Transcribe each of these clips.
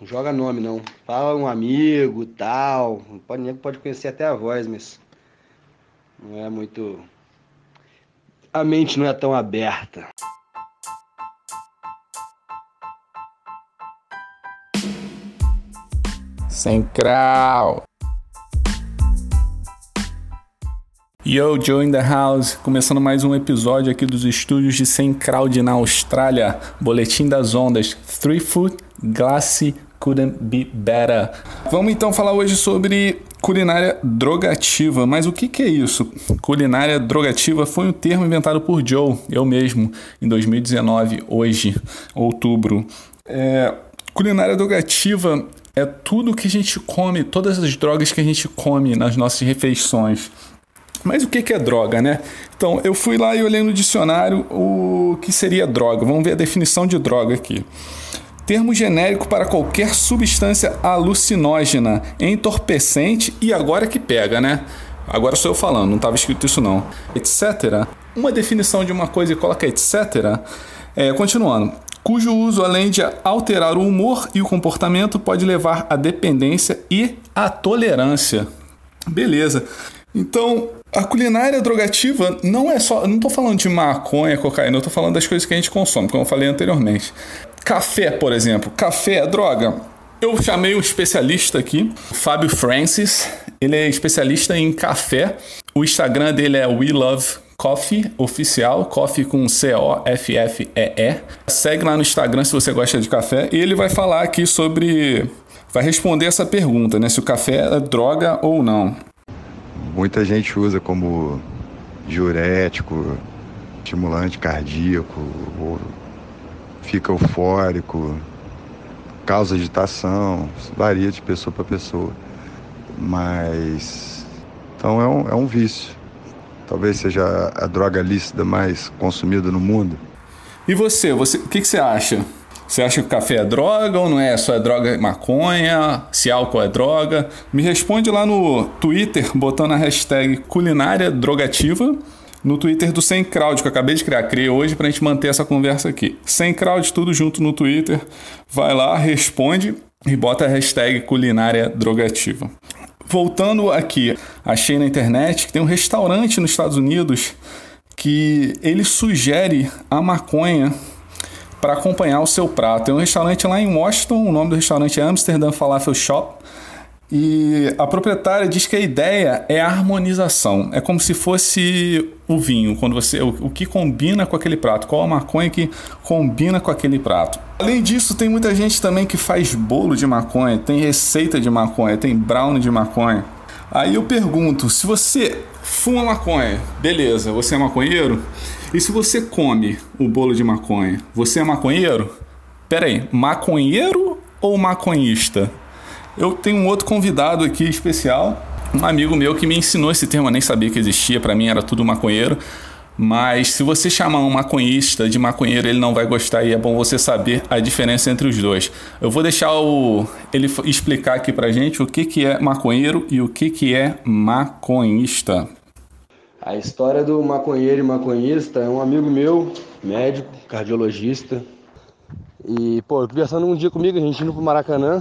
joga nome não. Fala um amigo, tal. Nego pode conhecer até a voz, mas não é muito. A mente não é tão aberta. Sem crowd. Yo, Joe in the house, começando mais um episódio aqui dos estúdios de Sem Crowd na Austrália. Boletim das ondas, 3 Foot Glassy Couldn't Be Better. Vamos então falar hoje sobre culinária drogativa. Mas o que é isso? Culinária drogativa foi um termo inventado por Joe, eu mesmo, em 2019, hoje, outubro. Culinária drogativa é tudo que a gente come, todas as drogas que a gente come nas nossas refeições. Mas o que é droga, né? Então, eu fui lá e olhei no dicionário o que seria droga. Vamos ver a definição de droga aqui. Termo genérico para qualquer substância alucinógena, entorpecente e agora que pega, né? Agora sou eu falando, não estava escrito isso não. Etc. Uma definição de uma coisa e coloca etc. Continuando. Cujo uso, além de alterar o humor e o comportamento, pode levar à dependência e à tolerância. Beleza. Então, a culinária drogativa não é só... Eu não estou falando de maconha, cocaína, eu estou falando das coisas que a gente consome, como eu falei anteriormente. Café, por exemplo. Café é droga? Eu chamei um especialista aqui, Fábio Francis. Ele é especialista em café. O Instagram dele é We Love Coffee, oficial. Coffee com C-O-F-F-E-E. Segue lá no Instagram se você gosta de café. E ele vai falar aqui sobre... Vai responder essa pergunta, né? Se o café é droga ou não. Muita gente usa como diurético, estimulante cardíaco, ou fica eufórico, causa agitação, varia de pessoa para pessoa. Mas, então é um vício. Talvez seja a droga lícita mais consumida no mundo. E você o que você acha? Você acha que o café é droga ou não é? Só é droga maconha? Se álcool é droga? Me responde lá no Twitter, botando a hashtag culinária drogativa, no Twitter do Sem Crowd, que eu acabei de criar. Criei hoje pra gente manter essa conversa aqui. Sem Crowd, tudo junto no Twitter. Vai lá, responde e bota a hashtag culinária drogativa. Voltando aqui, achei na internet que tem um restaurante nos Estados Unidos que ele sugere a maconha para acompanhar o seu prato. Tem um restaurante lá em Washington, o nome do restaurante é Amsterdam Falafel Shop, e a proprietária diz que a ideia é a harmonização. É como se fosse o vinho, quando o que combina com aquele prato, qual a maconha que combina com aquele prato. Além disso, tem muita gente também que faz bolo de maconha, tem receita de maconha, tem brownie de maconha. Aí eu pergunto, se você fuma maconha, beleza, você é maconheiro? E se você come o bolo de maconha, você é maconheiro? Pera aí, maconheiro ou maconhista? Eu tenho um outro convidado aqui especial, um amigo meu que me ensinou esse termo, eu nem sabia que existia, pra mim era tudo maconheiro. Mas se você chamar um maconhista de maconheiro, ele não vai gostar e é bom você saber a diferença entre os dois. Eu vou deixar ele explicar aqui pra gente o que é maconheiro e o que é maconhista. A história do maconheiro e maconhista é um amigo meu, médico, cardiologista. E, conversando um dia comigo, a gente indo pro Maracanã.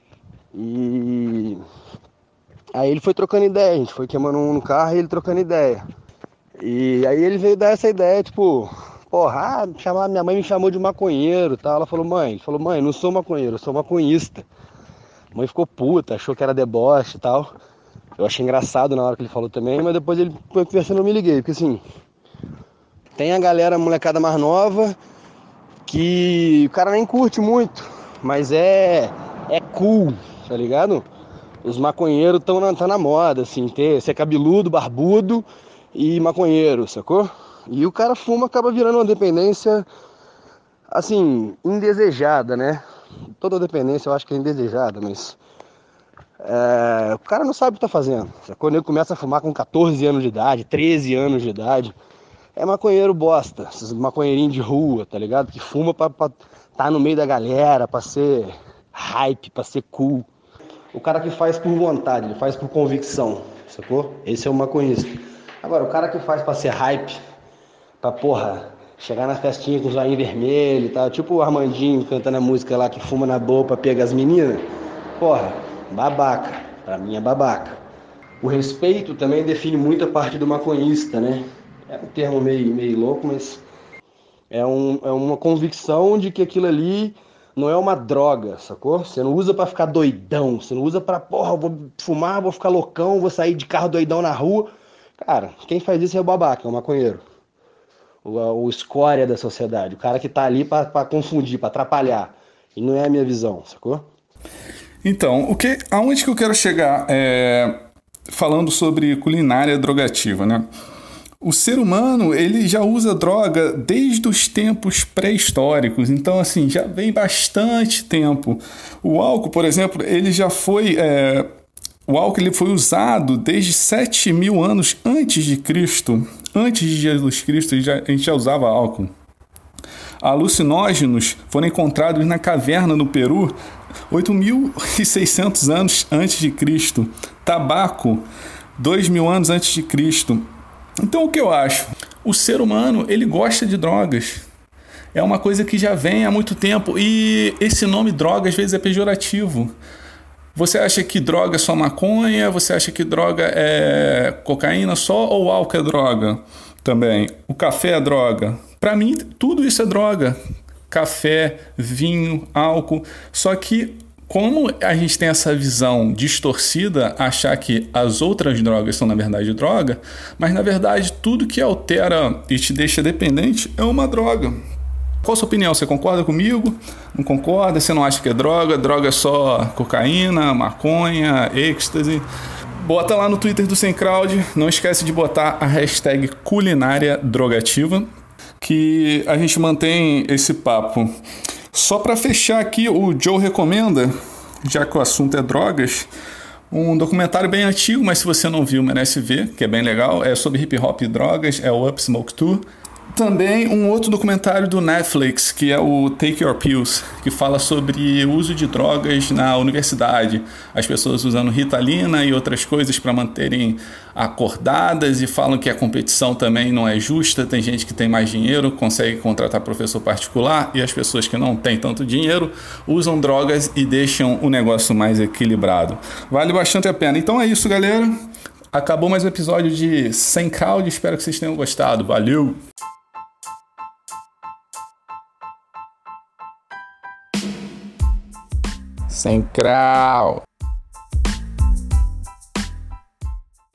E aí ele foi trocando ideia, a gente foi queimando um no carro e ele trocando ideia. E aí ele veio dar essa ideia, minha mãe me chamou de maconheiro e tal. Ela falou, mãe, não sou maconheiro, eu sou maconhista. A mãe ficou puta, achou que era deboche e tal. Eu achei engraçado na hora que ele falou também, mas depois ele foi conversando, eu me liguei. Porque assim, tem a galera, molecada mais nova, que o cara nem curte muito, mas é cool, tá ligado? Os maconheiros tá na moda, assim, ser cabeludo, barbudo e maconheiro, sacou? E o cara fuma, acaba virando uma dependência, assim, indesejada, né? Toda dependência eu acho que é indesejada, mas... o cara não sabe o que tá fazendo. Quando ele começa a fumar com 14 anos de idade, 13 anos de idade, é maconheiro bosta, esses maconheirinhos de rua, tá ligado? Que fuma pra tá no meio da galera, pra ser hype, pra ser cool. O cara que faz por vontade, ele faz por convicção, sacou? Esse é o maconhista. Agora, o cara que faz pra ser hype, pra chegar na festinha com os olhinhos vermelhos e tal, tipo o Armandinho cantando a música lá que fuma na boa pra pegar as meninas. Porra, babaca. Pra mim é babaca. O respeito também define muita parte do maconhista, né? É um termo meio louco, mas é uma convicção de que aquilo ali não é uma droga, sacou? Você não usa pra ficar doidão, você não usa pra, porra, eu vou fumar, vou ficar loucão, vou sair de carro doidão na rua. Cara, quem faz isso é o babaca, é o maconheiro. O escória da sociedade, o cara que tá ali pra confundir, pra atrapalhar. E não é a minha visão, sacou? Então, aonde que eu quero chegar falando sobre culinária drogativa, né? O ser humano, ele já usa droga desde os tempos pré-históricos, então assim, já vem bastante tempo. O álcool, por exemplo, ele já foi... O álcool ele foi usado desde 7.000 anos antes de Cristo. Antes de Jesus Cristo, a gente já usava álcool. Alucinógenos foram encontrados na caverna no Peru 8.600 anos antes de Cristo. Tabaco, 2.000 anos antes de Cristo. Então, o que eu acho? O ser humano, ele gosta de drogas. É uma coisa que já vem há muito tempo. E esse nome droga, às vezes, é pejorativo. Você acha que droga é só maconha? Você acha que droga é cocaína só? Ou álcool é droga também? O café é droga? Para mim, tudo isso é droga. Café, vinho, álcool. Só que, como a gente tem essa visão distorcida, achar que as outras drogas são, na verdade, droga, mas, na verdade, tudo que altera e te deixa dependente é uma droga. Qual a sua opinião? Você concorda comigo? Não concorda? Você não acha que é droga? Droga é só cocaína, maconha, êxtase? Bota lá no Twitter do Sem Crowd. Não esquece de botar a hashtag culinária drogativa, que a gente mantém esse papo. Só para fechar aqui, o Joe recomenda, já que o assunto é drogas, um documentário bem antigo, mas se você não viu, merece ver, que é bem legal. É sobre hip hop e drogas, é o Up Smoke Tour. Também um outro documentário do Netflix, que é o Take Your Pills, que fala sobre o uso de drogas na universidade. As pessoas usando Ritalina e outras coisas para manterem acordadas, e falam que a competição também não é justa. Tem gente que tem mais dinheiro, consegue contratar professor particular, e as pessoas que não têm tanto dinheiro usam drogas e deixam o negócio mais equilibrado. Vale bastante a pena. Então é isso, galera. Acabou mais um episódio de Sem Crowd. Espero que vocês tenham gostado. Valeu! Sem Crowd.